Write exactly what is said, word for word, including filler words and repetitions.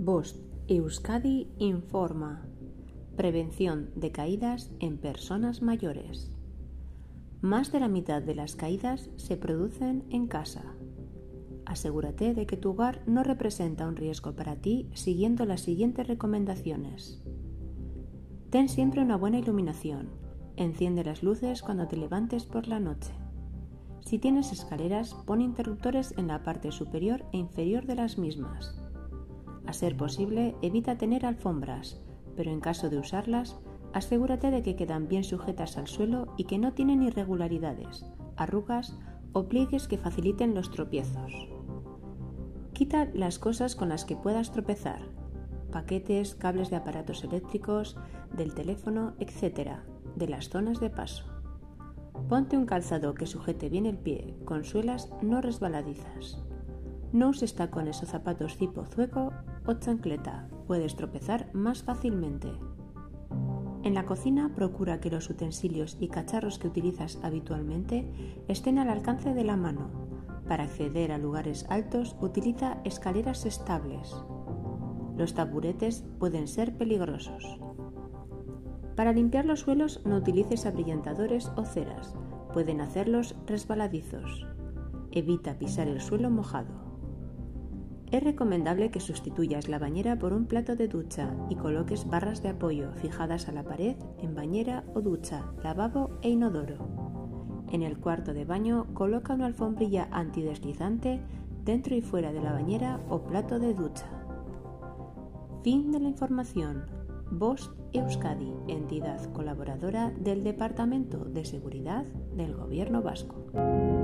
Bost Euskadi informa: prevención de caídas en personas mayores. Más de la mitad de las caídas se producen en casa. Asegúrate de que tu hogar no representa un riesgo para ti siguiendo las siguientes recomendaciones. Ten siempre una buena iluminación. Enciende las luces cuando te levantes por la noche. Si tienes escaleras, pon interruptores en la parte superior e inferior de las mismas. A ser posible, evita tener alfombras, pero en caso de usarlas, asegúrate de que quedan bien sujetas al suelo y que no tienen irregularidades, arrugas o pliegues que faciliten los tropiezos. Quita las cosas con las que puedas tropezar: paquetes, cables de aparatos eléctricos, del teléfono, etcétera, de las zonas de paso. Ponte un calzado que sujete bien el pie, con suelas no resbaladizas. No uses tacones o zapatos tipo zueco o chancleta, puedes tropezar más fácilmente. En la cocina, procura que los utensilios y cacharros que utilizas habitualmente estén al alcance de la mano. Para acceder a lugares altos, utiliza escaleras estables. Los taburetes pueden ser peligrosos. Para limpiar los suelos, no utilices abrillantadores o ceras, pueden hacerlos resbaladizos. Evita pisar el suelo mojado. Es recomendable que sustituyas la bañera por un plato de ducha y coloques barras de apoyo fijadas a la pared en bañera o ducha, lavabo e inodoro. En el cuarto de baño, coloca una alfombrilla antideslizante dentro y fuera de la bañera o plato de ducha. Fin de la información. Bost Euskadi, entidad colaboradora del Departamento de Seguridad del Gobierno Vasco.